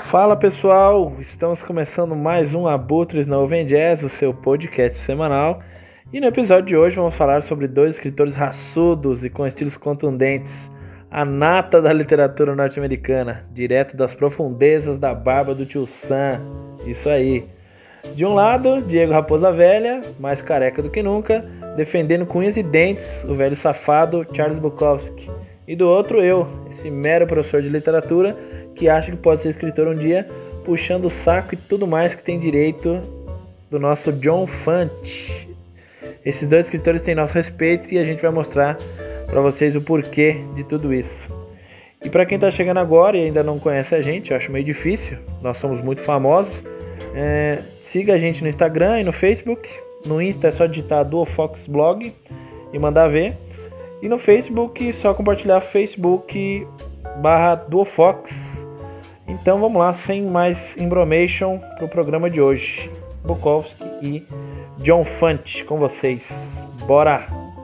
Fala pessoal, estamos começando mais um Abutres na Oven Jazz, o seu podcast semanal. E no episódio de hoje vamos falar sobre dois escritores raçudos e com estilos contundentes, a nata da literatura norte-americana, direto das profundezas da barba do tio Sam. Isso aí. De um lado, Diego Raposa Velha, mais careca do que nunca, defendendo com unhas e dentes o velho safado Charles Bukowski. E do outro eu, esse mero professor de literatura que acha que pode ser escritor um dia, puxando o saco e tudo mais que tem direito do nosso John Fante. Esses dois escritores têm nosso respeito e a gente vai mostrar para vocês o porquê de tudo isso. E para quem está chegando agora e ainda não conhece a gente, eu acho meio difícil, nós somos muito famosos, siga a gente no Instagram e no Facebook. No Insta é só digitar Duofox Blog e mandar ver. E no Facebook é só compartilhar Facebook.com/Duofox. Então vamos lá, sem mais embromation, para o programa de hoje. Bukowski e John Fante com vocês. Bora!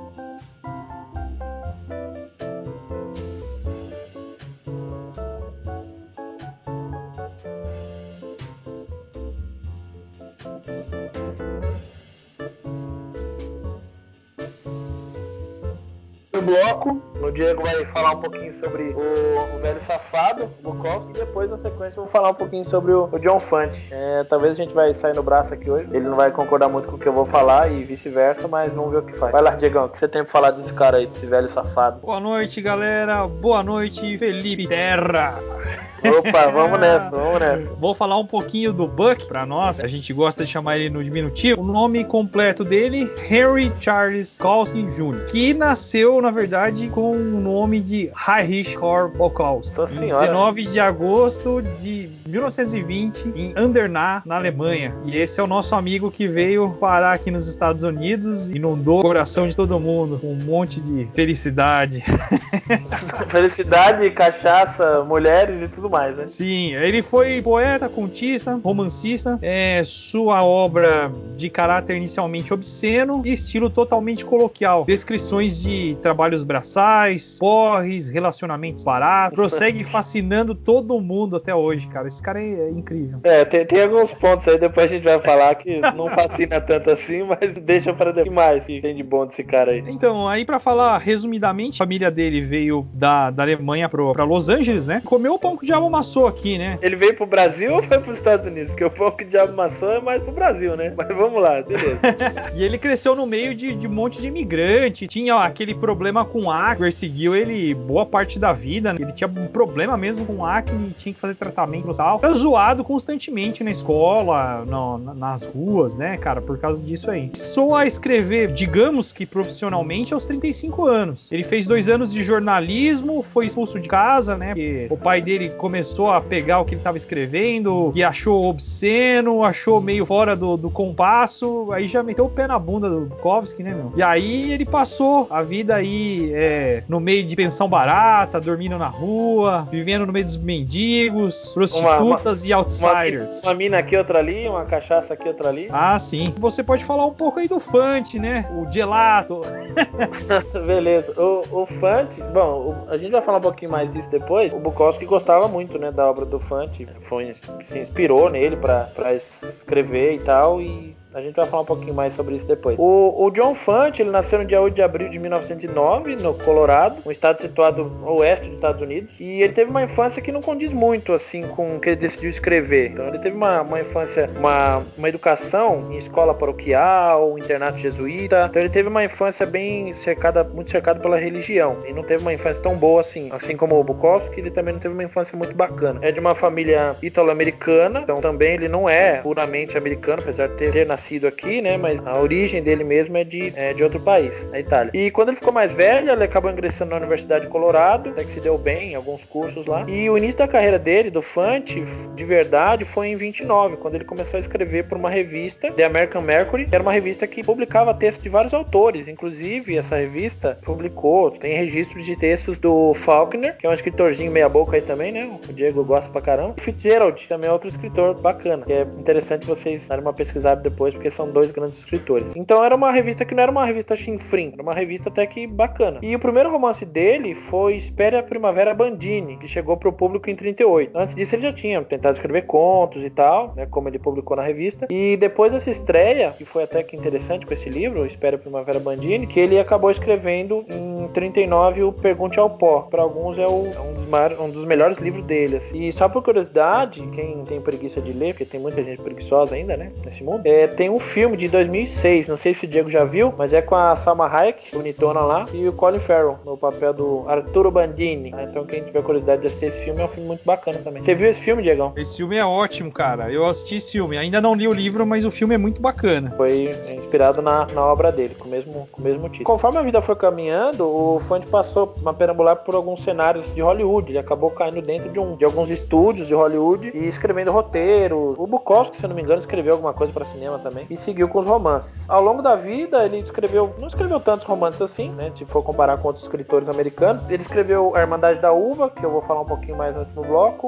No bloco, o Diego vai falar um pouquinho sobre o velho safado, o Bukowski, e depois na sequência eu vou falar um pouquinho sobre o John Fante. Talvez a gente vai sair no braço aqui hoje, ele não vai concordar muito com o que eu vou falar e vice-versa, mas vamos ver o que faz. Vai lá, Diegão, o que você tem pra falar desse cara aí, desse velho safado? Boa noite, galera, boa noite, Felipe Terra. Opa, vamos nessa. Vou falar um pouquinho do Buck pra nós. A gente gosta de chamar ele no diminutivo. O nome completo dele, Henry Charles Bukowski Jr., que nasceu, na verdade, com o nome de Heinrich Karl Bukowski, em 19 de agosto de 1920, em Andernach, na Alemanha. E esse é o nosso amigo que veio parar aqui nos Estados Unidos e inundou o coração de todo mundo com um monte de felicidade. Felicidade, cachaça, mulheres e tudo mais, né? Sim, ele foi poeta, contista, romancista. Sua obra de caráter inicialmente obsceno e estilo totalmente coloquial. Descrições de trabalhos braçais, porres, relacionamentos baratos. Prossegue fascinando todo mundo até hoje, cara. Esse cara é incrível. Tem alguns pontos aí, depois a gente vai falar que não fascina tanto assim, mas deixa para depois. O que mais que tem de bom desse cara aí? Então, aí pra falar resumidamente, a família dele veio da Alemanha pra Los Angeles, né? Comeu o pão que o diabo amassou aqui, né? Ele veio pro Brasil ou foi pros Estados Unidos? Porque o pão que o diabo amassou é mais pro Brasil, né? Mas vamos lá, beleza. E ele cresceu no meio de um monte de imigrante. Tinha aquele problema com acne, perseguiu ele boa parte da vida, né? Ele tinha um problema mesmo com acne, tinha que fazer tratamento e tal. Era zoado constantemente na escola, nas ruas, né, cara? Por causa disso aí. Começou a escrever, digamos que profissionalmente, aos 35 anos. Ele fez 2 anos de jornalismo, foi expulso de casa, né? Porque o pai dele começou a pegar o que ele estava escrevendo e achou obsceno, achou meio fora do compasso, aí já meteu o pé na bunda do Bukowski, né, meu? E aí ele passou a vida aí no meio de pensão barata, dormindo na rua, vivendo no meio dos mendigos, prostitutas e outsiders. Uma mina aqui, outra ali, uma cachaça aqui, outra ali. Ah, sim. Você pode falar um pouco aí do Fante, né? O gelato. Beleza. O Fante, bom, a gente vai falar um pouquinho mais disso depois. O Bukowski gostava muito, né, da obra do Fante, se inspirou nele pra escrever e tal, e a gente vai falar um pouquinho mais sobre isso depois. O John Fante, ele nasceu no dia 8 de abril de 1909, no Colorado, um estado situado ao oeste dos Estados Unidos, e ele teve uma infância que não condiz muito, assim, com o que ele decidiu escrever. Então ele teve uma infância, uma educação em escola paroquial, internato jesuíta, então ele teve uma infância muito cercada pela religião, e não teve uma infância tão boa assim como o Bukowski, ele também não teve uma infância muito bacana. É de uma família italo-americana, então também ele não é puramente americano, apesar de ter nascido aqui, né, mas a origem dele mesmo é de outro país, a Itália. E quando ele ficou mais velho, ele acabou ingressando na Universidade de Colorado, até que se deu bem em alguns cursos lá, e o início da carreira dele, do Fante, de verdade, foi em 29, quando ele começou a escrever por uma revista, The American Mercury, que era uma revista que publicava textos de vários autores, inclusive essa revista tem registros de textos do Faulkner, que é um escritorzinho meia boca aí também, né, o Diego gosta pra caramba, Fitzgerald, também é outro escritor bacana, que é interessante vocês darem uma pesquisada depois depois, porque são dois grandes escritores. Então era uma revista que não era uma revista chinfrim, era uma revista até que bacana. E o primeiro romance dele foi Espere a Primavera Bandini, que chegou pro público em 38. Antes disso ele já tinha tentado escrever contos e tal, né, como ele publicou na revista. E depois dessa estreia, que foi até que interessante com esse livro, Espere a Primavera Bandini, que ele acabou escrevendo em 39 o Pergunte ao Pó. Para alguns é um dos melhores livros dele. Assim. E só por curiosidade, quem tem preguiça de ler, porque tem muita gente preguiçosa ainda, né, nesse mundo, tem um filme de 2006, não sei se o Diego já viu, mas é com a Salma Hayek, bonitona lá, e o Colin Farrell, no papel do Arturo Bandini. Então quem tiver curiosidade de assistir esse filme, é um filme muito bacana também. Você viu esse filme, Diegão? Esse filme é ótimo, cara. Eu assisti esse filme. Ainda não li o livro, mas o filme é muito bacana. Foi inspirado na obra dele, com o mesmo título. Conforme a vida foi caminhando, o Fante passou uma perambular por alguns cenários de Hollywood. Ele acabou caindo dentro de alguns estúdios de Hollywood e escrevendo roteiros. O Bukowski, se eu não me engano, escreveu alguma coisa para cinema também e seguiu com os romances. Ao longo da vida, ele não escreveu tantos romances assim, né? Se for comparar com outros escritores americanos. Ele escreveu A Irmandade da Uva, que eu vou falar um pouquinho mais no último bloco.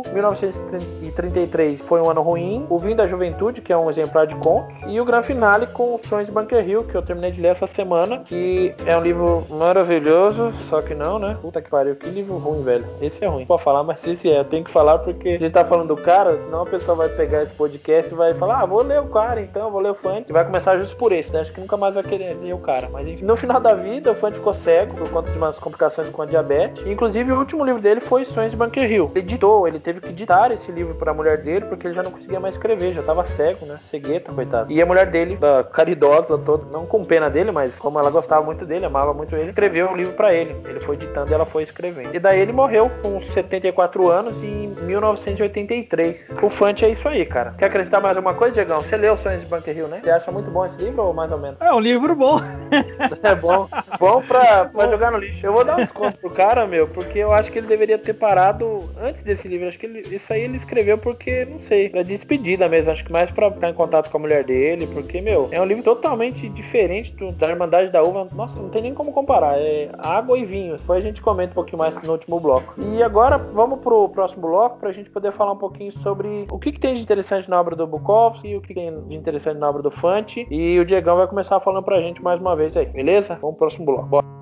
1933 foi um ano ruim. O Vinho da Juventude, que é um exemplar de contos. E o grande finale com Os Sonhos de Bunker Hill, que eu terminei de ler essa semana, que é um livro maravilhoso, só que não, né? Puta que pariu, que livro ruim, velho. Esse é ruim. Pode falar, mas esse eu tenho que falar porque a gente tá falando do cara, senão a pessoa vai pegar esse podcast e vai falar, vou ler o cara então, vou ler o Fante. E vai começar justo por esse, né? Acho que nunca mais vai querer ler o cara. Mas enfim, no final da vida, o Fante ficou cego por conta de umas complicações com a diabetes. E, inclusive, o último livro dele foi Sonhos de Bunker Hill. Ele teve que ditar esse livro pra mulher dele, porque ele já não conseguia mais escrever, já tava cego, né? Cegueta, coitado. E a mulher dele, caridosa toda, não com pena dele, mas como ela gostava muito dele, amava muito ele, escreveu o livro pra ele. Ele foi ditando e ela foi escrevendo. E daí ele morreu com 74 anos em 1983. O Fante é isso aí, cara. Quer acrescentar mais alguma coisa, Diegão? Você leu Sonhos de Bunker Hill, né? Você acha muito bom esse livro ou mais ou menos? É um livro bom. É bom. Bom pra jogar no lixo. Eu vou dar um desconto pro cara, meu, porque eu acho que ele deveria ter parado antes desse livro. Acho que isso aí ele escreveu porque, não sei, pra despedida mesmo. Acho que mais pra ficar em contato com a mulher dele, porque, meu, é um livro totalmente diferente da Irmandade da Uva. Nossa, não tem nem como comparar. É água e vinho. Depois a gente comenta um pouquinho mais no último bloco. E agora, vamos pro próximo bloco pra gente poder falar um pouquinho sobre o que tem de interessante na obra do Bukowski, o que tem de interessante na obra do Fante. E o Diegão vai começar falando pra gente mais uma vez aí, beleza? Vamos pro próximo bloco. Bora.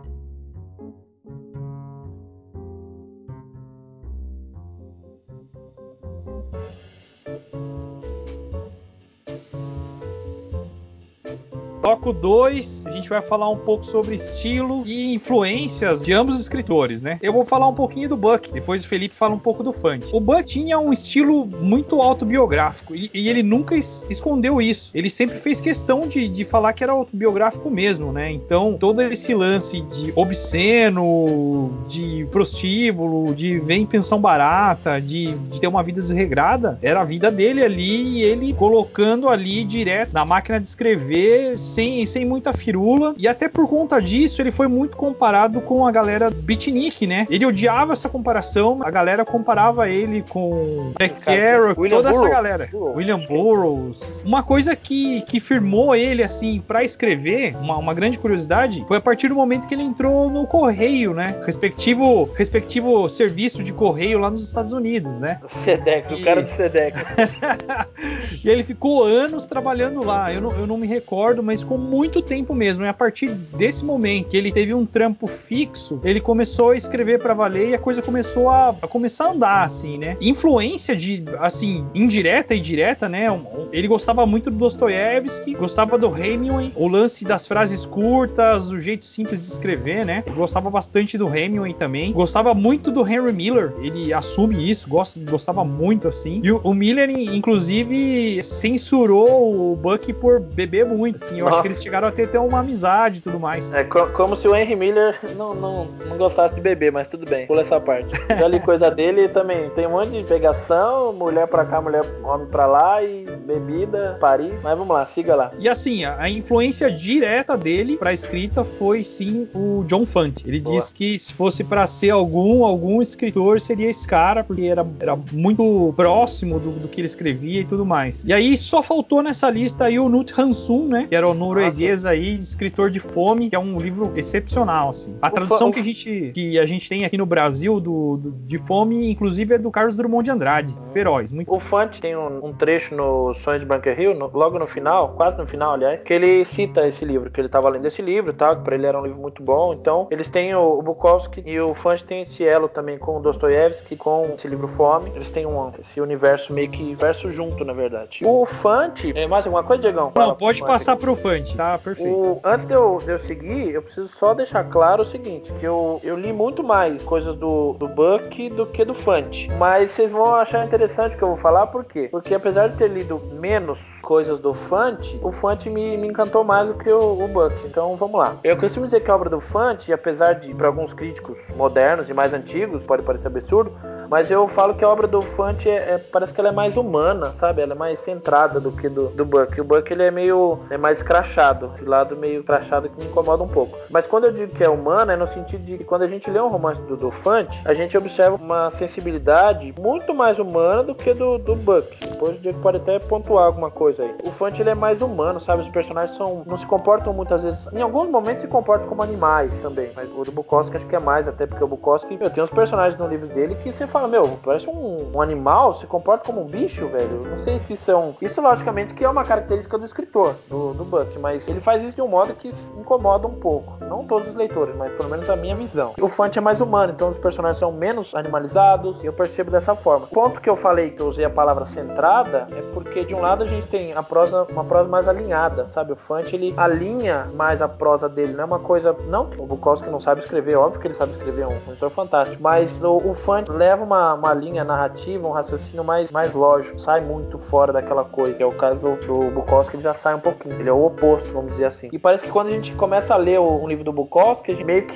Bloco 2, a gente vai falar um pouco sobre estilo e influências de ambos os escritores, né? Eu vou falar um pouquinho do Buck, depois o Felipe fala um pouco do Fante. O Buck tinha um estilo muito autobiográfico e ele nunca escondeu isso. Ele sempre fez questão de falar que era autobiográfico mesmo, né? Então, todo esse lance de obsceno, de prostíbulo, de ver em pensão barata, de ter uma vida desregrada, era a vida dele ali e ele colocando ali direto na máquina de escrever sem muita firula, e até por conta disso ele foi muito comparado com a galera beatnik, né? Ele odiava essa comparação, a galera comparava ele com Jack Kerouac, toda essa galera. William Burroughs. Uma coisa que firmou ele, assim, pra escrever, uma grande curiosidade, foi a partir do momento que ele entrou no correio, né? Respectivo serviço de correio lá nos Estados Unidos, né? Sedex, o cara do Sedex. E ele ficou anos trabalhando lá, eu não me recordo, mas com muito tempo mesmo. E a partir desse momento que ele teve um trampo fixo, ele começou a escrever pra valer e a coisa começou a começar a andar, assim, né? Influência assim, indireta e direta, né? Ele gostava muito do Dostoiévski, gostava do Hemingway, o lance das frases curtas, o jeito simples de escrever, né? Ele gostava bastante do Hemingway também. Gostava muito do Henry Miller, ele assume isso, gostava muito, assim. E o Miller, inclusive, censurou o Buck por beber muito, assim. Eu acho que eles chegaram a ter até uma amizade e tudo mais. É como se o Henry Miller não gostasse de beber, mas tudo bem, pula essa parte. Já li coisa dele também, tem um monte de pegação, mulher pra cá, homem pra lá, e bebida, Paris, mas vamos lá, siga lá. E assim, a influência direta dele pra escrita foi sim o John Fante. Ele disse que se fosse pra ser algum escritor, seria esse cara, porque era muito próximo do que ele escrevia e tudo mais. E aí só faltou nessa lista aí o Knut Hamsun, né, que era o norueguês aí, escritor de Fome, que é um livro excepcional, assim. A tradução que a gente tem aqui no Brasil de Fome, inclusive, é do Carlos Drummond de Andrade, Feroz. O Fante tem um trecho no Sonhos de Bunker Hill, logo no final, quase no final, aliás, que ele cita esse livro, que ele estava lendo esse livro e tal, que pra ele era um livro muito bom. Então, eles têm o Bukowski e o Fante tem esse elo também com o Dostoiévski, com esse livro Fome. Eles têm esse universo meio que verso junto, na verdade. O Fante, mais alguma coisa, Diegão? Não, pode passar pro Fante, tá? Perfeito. Antes de eu seguir, eu preciso só deixar claro o seguinte, que eu li muito mais coisas do Buck do que do Fante. Mas vocês vão achar interessante o que eu vou falar, por quê? Porque apesar de ter lido menos coisas do Fante, o Fante me encantou mais do que o Buck. Então vamos lá. Eu costumo dizer que a obra do Fante, apesar de, para alguns críticos modernos e mais antigos, pode parecer absurdo, mas eu falo que a obra do Fante parece que ela é mais humana, sabe? Ela é mais centrada do que do Buck. O Buck ele é mais crachado, esse lado meio crachado que me incomoda um pouco. Mas quando eu digo que é humana, é no sentido de que quando a gente lê um romance do Fante, a gente observa uma sensibilidade muito mais humana do que do Buck. Depois o Diego pode até pontuar alguma coisa aí. O Fante ele é mais humano, sabe? Os personagens não se comportam muitas vezes, em alguns momentos se comportam como animais também, mas o do Bukowski acho que é mais, até porque o Bukowski, tem uns personagens no livro dele que você fala, parece um animal, se comporta como um bicho, velho. Não sei se isso é Isso, logicamente, que é uma característica do escritor, do Buck, mas ele faz isso de um modo que incomoda um pouco. Não todos os leitores, mas pelo menos a minha visão. O Fante é mais humano, então os personagens são menos animalizados, e eu percebo dessa forma. O ponto que eu falei, que eu usei a palavra centrada, é porque de um lado a gente tem uma prosa mais alinhada, sabe? O Fante, ele alinha mais a prosa dele, não é uma coisa... Não que o Bukowski não sabe escrever, óbvio que ele sabe escrever, é um escritor fantástico, mas o Fante leva uma linha narrativa, um raciocínio mais lógico, sai muito fora daquela coisa, que é o caso do Bukowski, ele já sai um pouquinho, ele é o oposto, vamos dizer assim. E parece que quando a gente começa a ler um livro do Bukowski,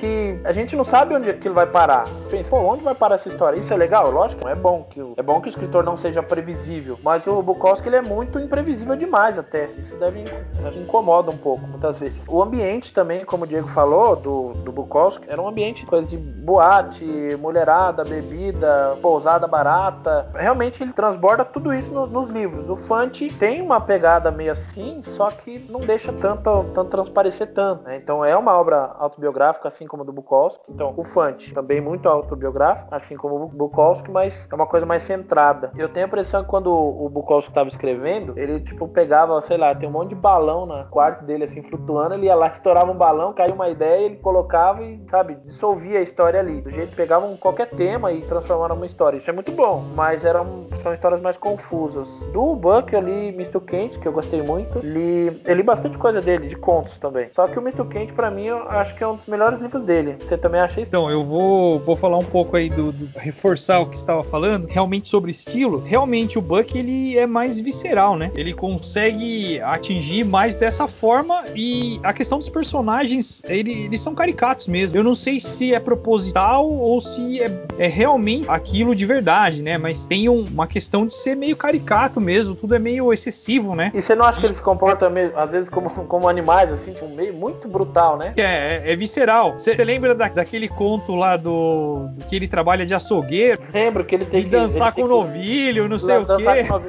a gente não sabe onde aquilo vai parar. Pensa, onde vai parar essa história? Isso é legal? Lógico, é bom que o escritor não seja previsível, mas o Bukowski, ele é muito imprevisível demais até. Isso incomoda um pouco, muitas vezes. O ambiente também, como o Diego falou, do Bukowski, era um ambiente coisa de boate, mulherada, bebida, pousada barata. Realmente ele transborda tudo isso nos livros. O Fante tem uma pegada meio assim, só que não deixa tanto transparecer tanto, né? Então é uma obra autobiográfica, assim como a do Bukowski. Então o Fante também muito autobiográfico, assim como o Bukowski, mas é uma coisa mais centrada. Eu tenho a impressão que quando o Bukowski estava escrevendo, ele pegava, sei lá, tem um monte de balão no quarto dele assim flutuando, ele ia lá, estourava um balão, caiu uma ideia, ele colocava e, sabe, dissolvia a história ali. Do jeito que pegavam qualquer tema e transformaram numa história. Isso é muito bom, mas são histórias mais confusas. Do Buck eu li Misto Quente, que eu gostei muito. Eu li bastante coisa dele, de contos também. Só que o Misto Quente, pra mim, eu acho que é um dos melhores livros dele. Você também acha isso? Então, eu vou falar um pouco aí reforçar o que você estava falando, realmente sobre estilo. Realmente o Buck, ele é mais visceral, né? Ele consegue atingir mais dessa forma, e a questão dos personagens, eles são caricatos mesmo. Eu não sei se é proposital ou se é realmente aquilo de verdade, né? Mas tem uma questão de ser meio caricato mesmo, tudo é meio excessivo, né? E você não acha que eles se comportam às vezes como animais, assim, tipo, meio muito brutal, né? É visceral. Você lembra daquele conto lá do que ele trabalha de açougueiro? Lembro que ele tem de dançar com novilho, não sei o quê.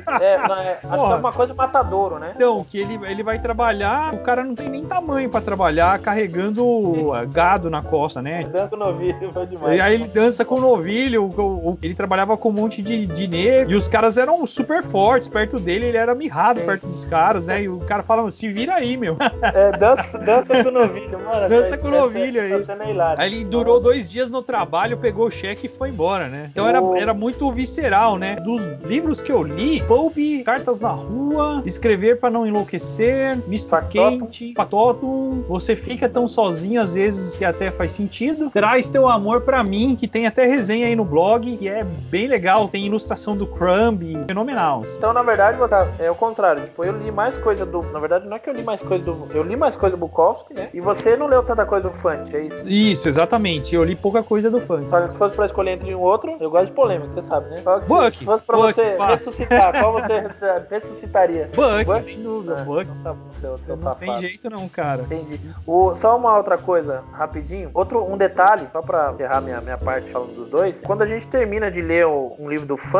Acho que é uma coisa matadouro, né? Então, que ele vai trabalhar, o cara não tem nem tamanho pra trabalhar carregando gado na costa, né? Dança no novilho, foi demais. E aí ele dança com o novilho, ele trabalhava com um monte de negro, e os caras eram super fortes perto dele, ele era mirrado perto dos caras, né? E o cara falando, se vira aí, meu. Dança com o novilho, mano. Dança com o novilho aí. Aí ele durou 2 dias no trabalho, pegou o cheque e foi embora, né? Então era muito visceral, né? Dos livros que eu li, Pulp, Cartas na Rua, Escrever para Não Enlouquecer, Misto Quente, Factotum, Você Fica Tão Sozinho às vezes que até faz sentido, Traz Teu Amor Pra Mim, que tem até resenha aí no blog, que é bem legal, tem ilustração do Crumb, fenomenal. Então, na verdade, é o contrário, tipo, eu li mais coisa na verdade, não é que eu li mais coisa eu li mais coisa do Bukowski, né? E você não leu tanta coisa do Fante, é isso? Isso, exatamente, eu li pouca coisa do Fante. Só que se fosse pra escolher entre um e outro, eu gosto de polêmica, você sabe, né? Buck, se fosse pra você ressuscitar, qual você ressuscitaria? Buck, sem dúvida, Buck. Tá bom, seu não safado. Tem jeito não, cara. Entendi. Só uma outra coisa, rapidinho. Um detalhe, só pra encerrar minha parte falando dos dois. Quando a gente termina de ler um livro do Fante,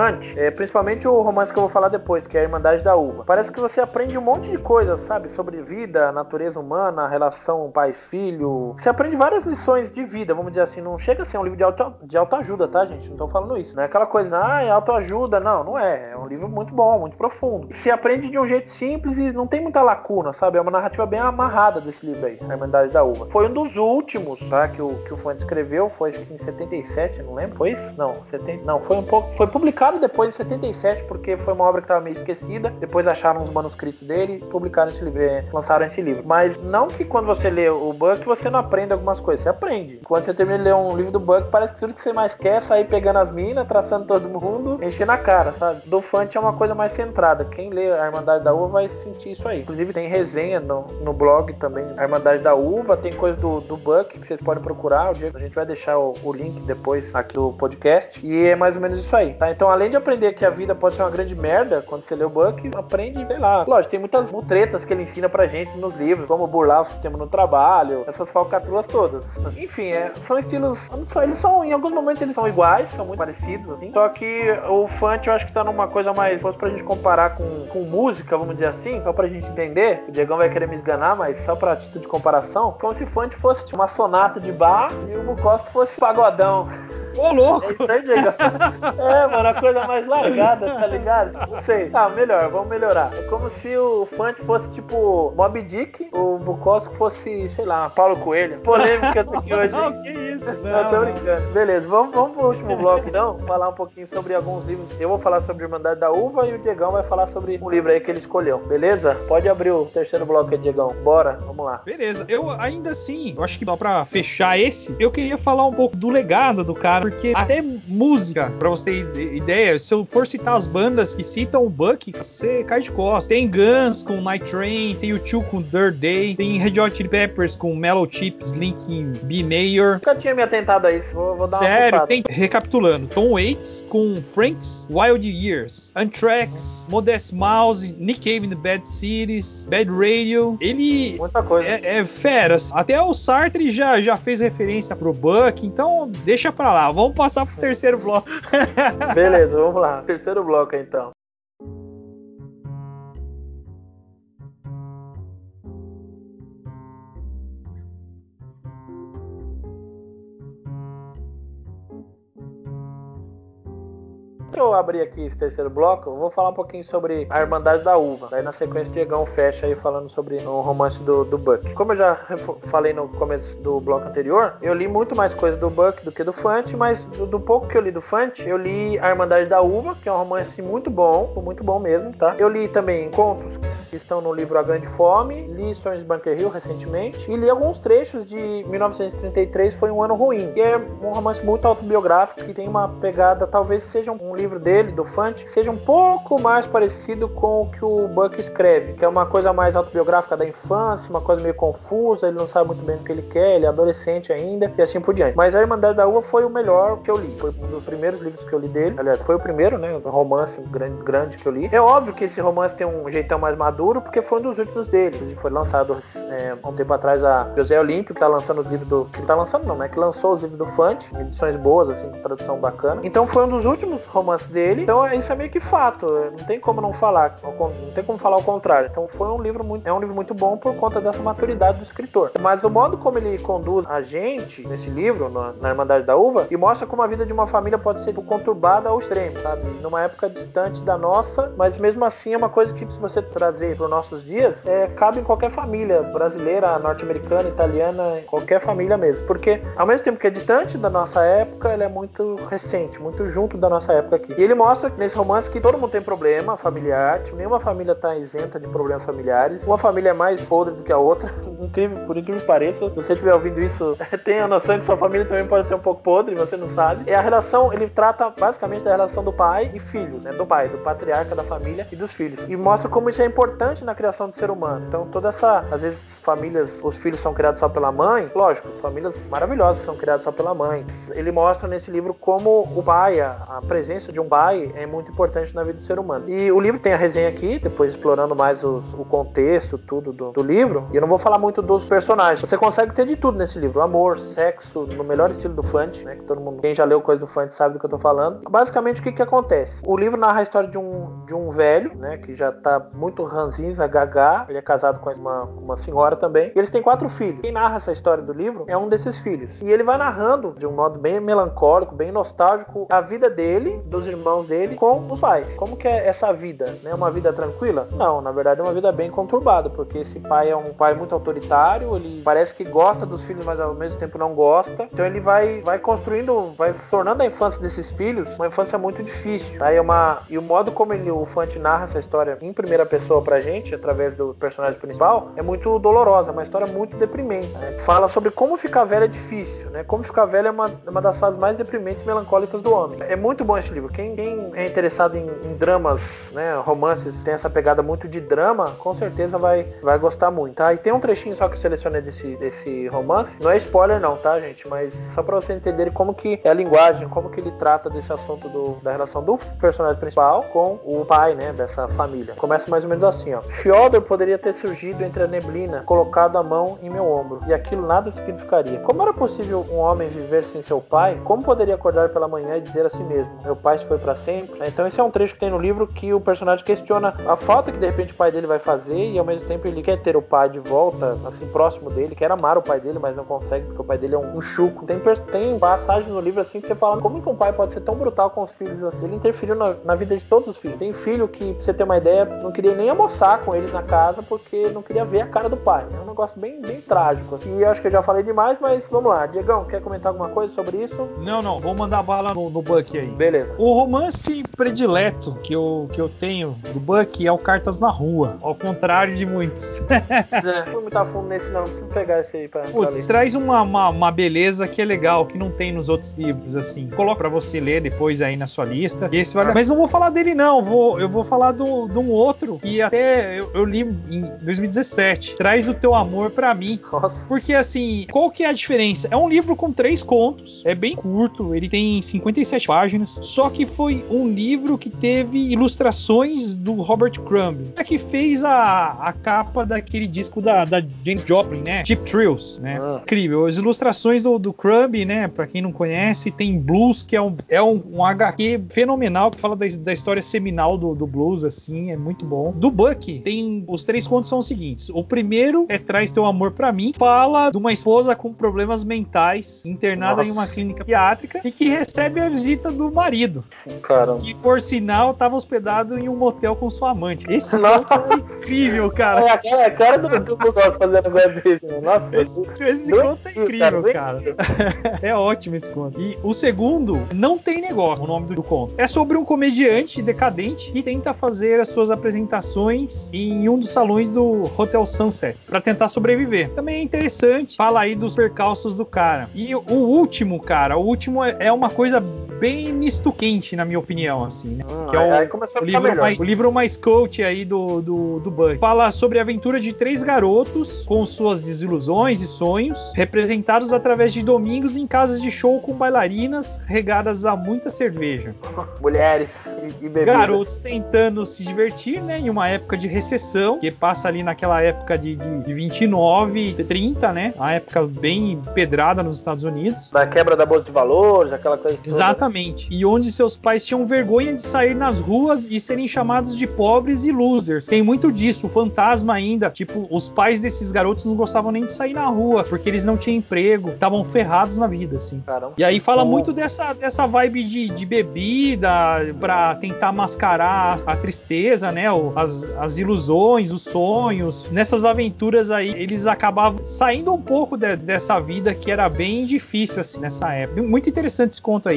principalmente o romance que eu vou falar depois, que é a Irmandade da Uva. Parece que você aprende um monte de coisas, sabe? Sobre vida, natureza humana, relação pai-filho. Você aprende várias lições de vida, vamos dizer assim. Não chega a ser um livro de autoajuda, tá, gente? Não tô falando isso. Não é aquela coisa, é autoajuda. Não, não é. É um livro muito bom, muito profundo. Você aprende de um jeito simples e não tem muita lacuna, sabe? É uma narrativa bem amarrada desse livro aí, a Irmandade da Uva. Foi um dos últimos, tá? Que o Fante escreveu, foi acho que em 77, não lembro. Foi isso? Não, 70, não, foi um pouco. Foi publicado depois de 77, porque foi uma obra que estava meio esquecida. Depois acharam os manuscritos dele e publicaram esse livro, lançaram esse livro. Mas não que quando você lê o Buck você não aprenda algumas coisas. Você aprende. Quando você termina de ler um livro do Buck, parece que tudo que você mais quer é sair pegando as minas, traçando todo mundo, enchendo a cara, sabe? Do Fante é uma coisa mais centrada. Quem lê a Irmandade da Uva vai sentir isso aí. Inclusive tem resenha no blog também, a Irmandade da Uva, tem coisa do Buck que vocês podem procurar. A gente vai deixar o link depois aqui do podcast. E é mais ou menos isso aí, tá? Então, além de aprender que a vida pode ser uma grande merda quando você lê o Buck, aprende, sei lá. Lógico, tem muitas mutretas que ele ensina pra gente nos livros, como burlar o sistema no trabalho, essas falcatruas todas. Enfim, são estilos, eles são, em alguns momentos eles são iguais, são muito parecidos, assim. Só que o Fante eu acho que tá numa coisa mais, se fosse pra gente comparar com música, vamos dizer assim, só pra gente entender, o Diegão vai querer me esganar, mas só pra título de comparação, como se Fante fosse tipo, uma sonata de bar e o Bukowski fosse pagodão. Ô, louco! É isso aí, Diego. Mano, a coisa mais largada, tá ligado? Não sei. Tá, melhor, vamos melhorar. É como se o Fante fosse tipo Moby Dick, o Bukowski fosse, sei lá, Paulo Coelho. Polêmicas aqui hoje. Não, que isso? Não, tô brincando. Beleza, vamos pro último bloco então, falar um pouquinho sobre alguns livros. Eu vou falar sobre Irmandade da Uva e o Diegão vai falar sobre um livro aí que ele escolheu, beleza? Pode abrir o terceiro bloco aí, Diegão. Bora, vamos lá. Beleza, eu ainda assim, eu acho que dá pra fechar esse, eu queria falar um pouco do legado do cara, porque até música, pra você ter ideia, se eu for citar as bandas que citam o Buck, você cai de costas. Tem Guns com Night Train, tem U2 com Third Day, tem Red Hot Chili Peppers com Mellow Chips, Linkin B. Mayor. Nunca tinha me atentado a isso, vou dar Sério, uma tem, recapitulando, Tom Waits com Frank's Wild Years, Anthrax, Modest Mouse, Nick Cave in the Bad Cities, Bad Radio. Ele muita coisa. É fera. Até o Sartre já fez referência pro Buck, então deixa pra lá. Vamos passar pro terceiro bloco. Beleza, vamos lá. Terceiro bloco então. Deixa eu abrir aqui esse terceiro bloco, eu vou falar um pouquinho sobre a Irmandade da Uva. Daí na sequência o Diegão fecha aí falando sobre o romance do Buck. Como eu já falei no começo do bloco anterior, eu li muito mais coisa do Buck do que do Fante, mas do pouco que eu li do Fante, eu li a Irmandade da Uva, que é um romance muito bom mesmo, tá? Eu li também contos que estão no livro A Grande Fome, li Sonhos de Bunker Hill recentemente, e li alguns trechos de 1933, Foi um Ano Ruim, que é um romance muito autobiográfico, que tem uma pegada, talvez seja um livro dele, do Fante, seja um pouco mais parecido com o que o Buck escreve, que é uma coisa mais autobiográfica da infância, uma coisa meio confusa, ele não sabe muito bem o que ele quer, ele é adolescente ainda, e assim por diante. Mas a Irmandade da Uva foi o melhor que eu li, foi um dos primeiros livros que eu li dele, aliás, foi o primeiro, né, um romance grande que eu li. É óbvio que esse romance tem um jeitão mais maduro, porque foi um dos últimos dele, ele foi lançado há um tempo atrás a José Olímpio, que tá lançando os livros do... que tá lançando não, né, que lançou os livros do Fante, edições boas, assim, com tradução bacana. Então foi um dos últimos romances dele, então isso é meio que fato, não tem como não falar, não tem como falar o contrário. Então foi um livro muito bom por conta dessa maturidade do escritor. Mas o modo como ele conduz a gente nesse livro, na Irmandade da Uva, e mostra como a vida de uma família pode ser conturbada ao extremo, sabe? Numa época distante da nossa, mas mesmo assim é uma coisa que se você trazer para os nossos dias, cabe em qualquer família brasileira, norte-americana, italiana, qualquer família mesmo. Porque ao mesmo tempo que é distante da nossa época, ela é muito recente, muito junto da nossa época aqui. E ele mostra nesse romance que todo mundo tem problema familiar, tipo, nenhuma família está isenta de problemas familiares, uma família é mais podre do que a outra, por incrível que pareça. Se você estiver ouvindo isso, tenha a noção que sua família também pode ser um pouco podre, você não sabe. E a relação, ele trata basicamente da relação do pai e filhos, né? Do pai, do patriarca da família e dos filhos. E mostra como isso é importante importante na criação do ser humano. Então toda essa, às vezes famílias, os filhos são criados só pela mãe, lógico, famílias maravilhosas são criadas só pela mãe. Ele mostra nesse livro como o pai, a presença de um pai é muito importante na vida do ser humano. E o livro tem a resenha aqui, depois explorando mais o contexto, tudo do livro, e eu não vou falar muito dos personagens. Você consegue ter de tudo nesse livro, amor, sexo, no melhor estilo do Fante, né, que todo mundo, quem já leu coisa do Fante sabe do que eu tô falando. Basicamente, o que acontece? O livro narra a história de um velho, né, que já tá muito ranzinza, gagá, ele é casado com uma senhora também, e eles têm 4 filhos. Quem narra essa história do livro é um desses filhos. E ele vai narrando, de um modo bem melancólico, bem nostálgico, a vida dele, dos irmãos dele, com os pais. Como que é essa vida? Né? Uma vida tranquila? Não, na verdade é uma vida bem conturbada, porque esse pai é um pai muito autoritário, ele parece que gosta dos filhos, mas ao mesmo tempo não gosta. Então ele vai construindo, vai tornando a infância desses filhos uma infância muito difícil. Tá? E o modo como o Fante narra essa história em primeira pessoa pra gente, através do personagem principal, é muito dolorosa, uma história muito deprimente. Né? Fala sobre como ficar velho é difícil, né? Como ficar velho é uma das fases mais deprimentes e melancólicas do homem. É muito bom esse livro. Quem é interessado em dramas, né, romances, tem essa pegada muito de drama, com certeza vai gostar muito, tá? E tem um trechinho só que eu selecionei desse romance. Não é spoiler não, tá, gente? Mas só pra vocês entenderem como que é a linguagem, como que ele trata desse assunto da relação do personagem principal com o pai, né, dessa família. Começa mais ou menos assim, ó. Fyodor poderia ter surgido entre a neblina, colocado a mão em meu ombro, e aquilo nada significaria. Como era possível um homem viver sem seu pai? Como poderia acordar pela manhã e dizer a si mesmo, meu pai se foi pra sempre? Então esse é um trecho que tem no livro que o personagem questiona a falta que de repente o pai dele vai fazer, e ao mesmo tempo ele quer ter o pai de volta, assim, próximo dele, quer amar o pai dele, mas não consegue porque o pai dele é um chuco. Tem passagens no livro assim que você fala, como que um pai pode ser tão brutal com os filhos assim? Ele interferiu na vida de todos os filhos. Tem filho que, pra você ter uma ideia, não queria nem almoçar com ele na casa porque não queria ver a cara do pai. É um negócio bem trágico assim. E acho que eu já falei demais, mas vamos lá. Diegão, quer comentar alguma coisa sobre isso? Não, vou mandar bala no Buck aí. Beleza. O romance predileto que eu tenho do Buck é o Cartas na Rua, ao contrário de muitos. Não fui muito a fundo nesse não, preciso pegar esse aí pra ler. Traz uma beleza que é legal, que não tem nos outros livros, assim. Coloca pra você ler depois aí na sua lista. Esse vale... Mas não vou falar dele não, eu vou falar de um outro que até eu li em 2017. Traz o Teu Amor Pra Mim. Nossa. Porque assim, qual que é a diferença? É um livro com 3 contos, é bem curto, ele tem 57 páginas, só que foi um livro que teve ilustrações do Robert Crumb, que fez a capa daquele disco da Janis Joplin, né? Cheap Thrills, né? Incrível. As ilustrações do Crumb, né? Pra quem não conhece, tem Blues, que é um HQ fenomenal, que fala da história seminal do blues, assim, é muito bom. Do Buck, tem os 3 contos são os seguintes. O primeiro é Traz Teu Amor Pra Mim, fala de uma esposa com problemas mentais, internada em uma clínica psiquiátrica, e que recebe a visita do marido. Caramba. Que, por sinal, estava hospedado em um motel com sua amante. Esse conto é incrível, cara. É a cara do Bugoss fazendo um negócio desse. Nossa, esse conto é incrível, cara. É ótimo esse conto. E o segundo, Não Tem Negócio, o nome do conto. É sobre um comediante decadente que tenta fazer as suas apresentações em um dos salões do Hotel Sunset para tentar sobreviver. Também é interessante, fala aí dos percalços do cara. E o último é uma coisa bem misto quente, na minha opinião, assim, né? Que é o livro mais coach aí do Buck. Fala sobre a aventura de 3 garotos com suas desilusões e sonhos, representados através de domingos em casas de show com bailarinas regadas a muita cerveja. Mulheres e bebidas. Garotos tentando se divertir, né? Em uma época de recessão, que passa ali naquela época de 29, 30, né? Uma época bem pedrada nos Estados Unidos. Da quebra da bolsa de valores, aquela coisa toda. Exatamente. E onde seus pais tinham vergonha de sair nas ruas e serem chamados de pobres e losers. Tem muito disso, o fantasma ainda. Tipo, os pais desses garotos não gostavam nem de sair na rua, porque eles não tinham emprego, estavam ferrados na vida, assim. Caramba. E aí fala muito dessa vibe de bebida pra tentar mascarar a tristeza, né? As ilusões, os sonhos. Nessas aventuras aí, eles acabavam saindo um pouco dessa vida que era bem difícil, assim, nessa época. Muito interessante esse conto aí. Lembra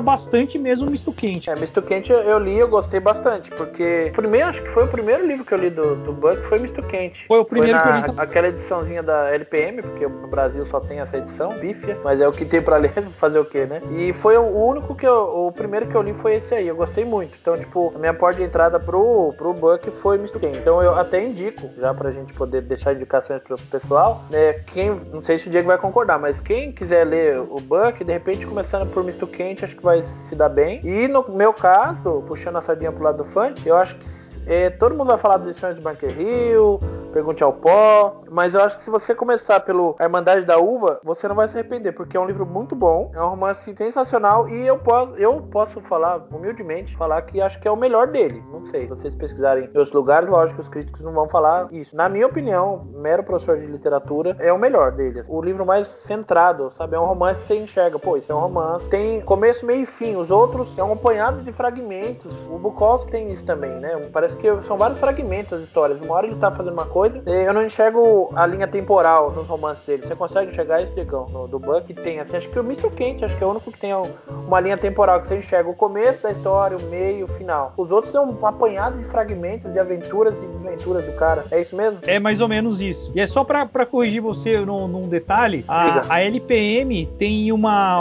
bastante mesmo o Misto Quente. Misto Quente eu li, eu gostei bastante, porque acho que foi o primeiro livro que eu li do Buck, foi Misto Quente. Foi o primeiro que eu li. Aquela ediçãozinha da LPM, porque no Brasil só tem essa edição, pífia, mas é o que tem pra ler, fazer o quê, né? E foi o único o primeiro que eu li foi esse aí, eu gostei muito. Então, tipo, a minha porta de entrada pro Buck foi Misto Quente. Então eu até indico, já pra gente poder deixar indicações pro pessoal, né? Não sei se o Diego vai concordar, mas quem quiser ler o Buck, de repente começando por Misto Quente, acho que vai se dar bem. E no meu caso, puxando a sardinha pro lado do Fante, eu acho que todo mundo vai falar das edições de Bunker Hill, Pergunte ao Pó, mas eu acho que se você começar pelo A Irmandade da Uva, você não vai se arrepender, porque é um livro muito bom, é um romance sensacional e eu posso falar, humildemente, que acho que é o melhor dele. Não sei, se vocês pesquisarem em outros lugares, lógico que os críticos não vão falar isso. Na minha opinião, mero professor de literatura, é o melhor dele. O livro mais centrado, sabe? É um romance que você enxerga, pô, isso é um romance, tem começo, meio e fim. Os outros é um apanhado de fragmentos. O Bukowski tem isso também, né? Parece que são vários fragmentos as histórias. Uma hora ele tá fazendo uma coisa, eu não enxergo a linha temporal nos romances dele. Você consegue enxergar isso, Diegão? Do Buck tem, assim, acho que o Misto Quente, acho que é o único que tem uma linha temporal que você enxerga o começo da história, o meio, o final. Os outros são um apanhado de fragmentos, de aventuras e desventuras do cara. É isso mesmo? É mais ou menos isso. E é só pra corrigir você num detalhe, a LPM tem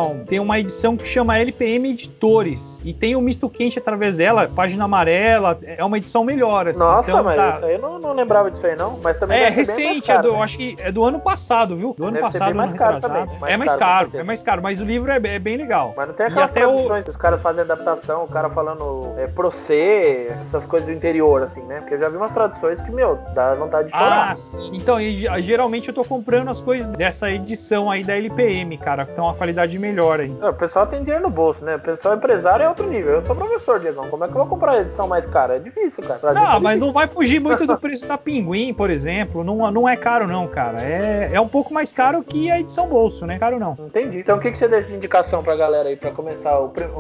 uma edição que chama LPM Editores, e tem o Misto Quente através dela, página amarela, é uma edição melhor. Nossa, então, mas isso aí eu não lembrava disso aí não, mas também é recente, caro, né? Acho que é do ano passado, viu? Do ano passado, mais caro também. É mais caro, mas o livro é bem legal. Mas não tem aquelas traduções que os caras fazem adaptação, o cara falando procê, essas coisas do interior, assim, né? Porque eu já vi umas traduções que, dá vontade de chorar. Sim. Então, geralmente eu tô comprando as coisas dessa edição aí da LPM, cara, que tem uma qualidade melhor aí. O pessoal tem dinheiro no bolso, né? O pessoal empresário é outro nível. Eu sou professor, Diegão. Como é que eu vou comprar a edição mais cara? É difícil, cara. Não, mas não vai fugir muito do preço da Pinguim, por exemplo. Não é caro, não, cara. É um pouco mais caro que a edição bolso, né? Caro não. Entendi. Então o que você deixa de indicação pra galera aí pra começar?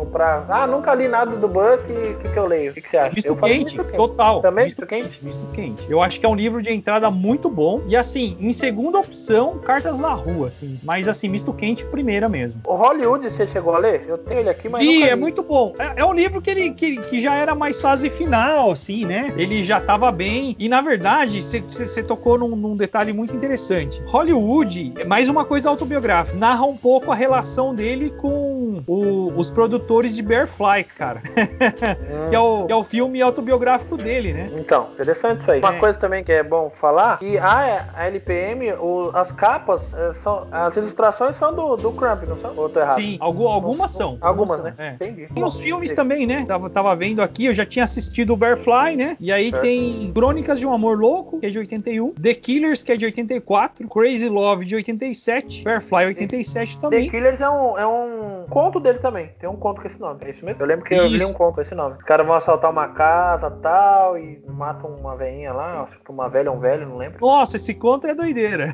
Nunca li nada do Buck, o que eu leio? O que você acha? Misto Quente, total. Também Misto Quente? Misto Quente. Eu acho que é um livro de entrada muito bom. E assim, em segunda opção, Cartas na Rua, assim. Mas assim, Misto Quente, primeira mesmo. O Hollywood, você chegou a ler? Eu tenho ele aqui, mas nunca li. É muito bom. É um livro que já era mais fase final, assim, né? Ele já tava bem. E na verdade, você tocou num detalhe muito interessante. Hollywood é mais uma coisa autobiográfica. Narra um pouco a relação dele com os produtores de Bearfly, cara. que é o filme autobiográfico dele, né? Então, interessante isso aí. Uma coisa também que é bom falar, que a LPM, as capas, as ilustrações são do Crump, não são? Ou tô errado? Sim, algumas são. Algumas, né? Entendi. Tem os filmes também, né? Tava vendo aqui, eu já tinha assistido o Bearfly, né? E aí tem Crônicas de um Amor Louco, que é de 81, The Killers, que é de 84, Crazy Love, de 87, Bearfly, 87 também. The Killers é um conto dele também. Tem um conto com esse nome, é isso mesmo? Eu lembro que eu li um conto com esse nome. Os caras vão assaltar uma casa tal e matam uma velhinha lá, acho que uma velha ou um velho, não lembro. Nossa, esse conto é doideira.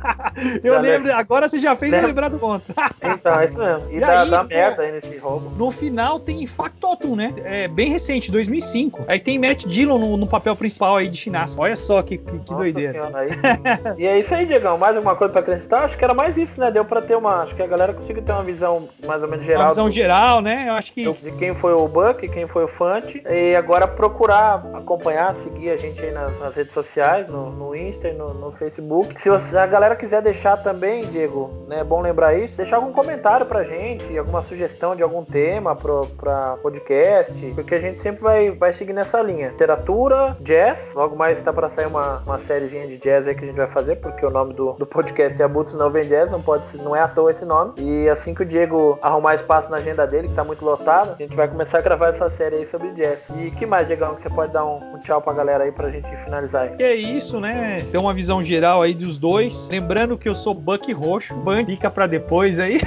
Eu lembro, agora você já fez eu lembrar do conto. Então, é isso mesmo. E dá merda aí nesse roubo. No final tem Factotum, né? É bem recente, 2005. Aí tem Matt Dillon no papel principal aí de Chinasa. Olha só que doideira. Senhora, aí. E é isso aí, Diegão. Mais alguma coisa pra acrescentar? Acho que era mais isso, né? Deu pra ter acho que a galera conseguiu ter uma visão mais ou menos geral. Uma visão geral, né? Eu acho que... De quem foi o Buck, quem foi o Fante. E agora procurar acompanhar, seguir a gente aí nas redes sociais, no Insta e no Facebook. Se a galera quiser deixar também, Diego, né? É bom lembrar isso. Deixar algum comentário pra gente, alguma sugestão de algum tema pra podcast. Porque a gente sempre vai seguir nessa linha. Literatura, jazz. Logo mais tá pra sair uma sériezinha de jazz aí que a gente vai fazer, porque o nome do podcast é Abutres Não Vem Jazz, não é à toa esse nome. E assim que o Diego arrumar espaço na agenda dele, que tá muito lotado, a gente vai começar a gravar essa série aí sobre jazz. E que mais, Diegão, que você pode dar um tchau pra galera aí pra gente finalizar aí? Que é isso, né? Ter uma visão geral aí dos dois. Lembrando que eu sou Buck Roxo. Fica pra depois aí.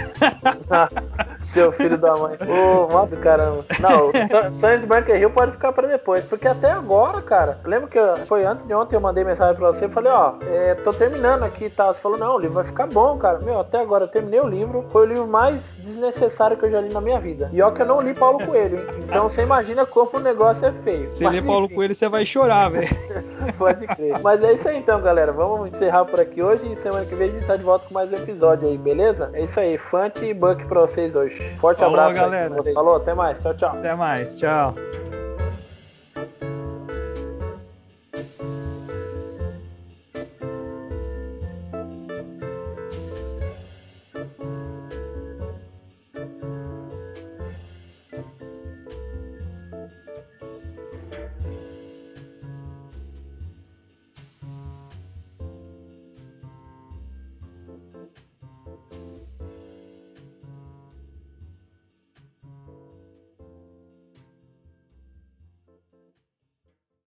Seu filho da mãe. Nossa, caramba. Não, Sonhos de Bunker Hill pode ficar pra depois, porque até agora, cara, lembra que foi antes de ontem eu mandei mensagem pra você e falei, tô terminando aqui e tal. Você falou, não, o livro vai ficar bom, cara. Até agora eu terminei o livro, foi o livro mais desnecessário que eu já li na minha vida. E ó que eu não li Paulo Coelho, hein? Então você imagina como o negócio é feio. Se ler Paulo Coelho, você vai chorar, velho. Pode crer. Mas é isso aí então, galera. Vamos encerrar por aqui hoje e semana que vem a gente tá de volta com mais um episódio aí, beleza? É isso aí, Fante e Buck pra vocês hoje. Forte Falou, abraço, galera. Falou, até mais. Tchau, tchau. Até mais, tchau.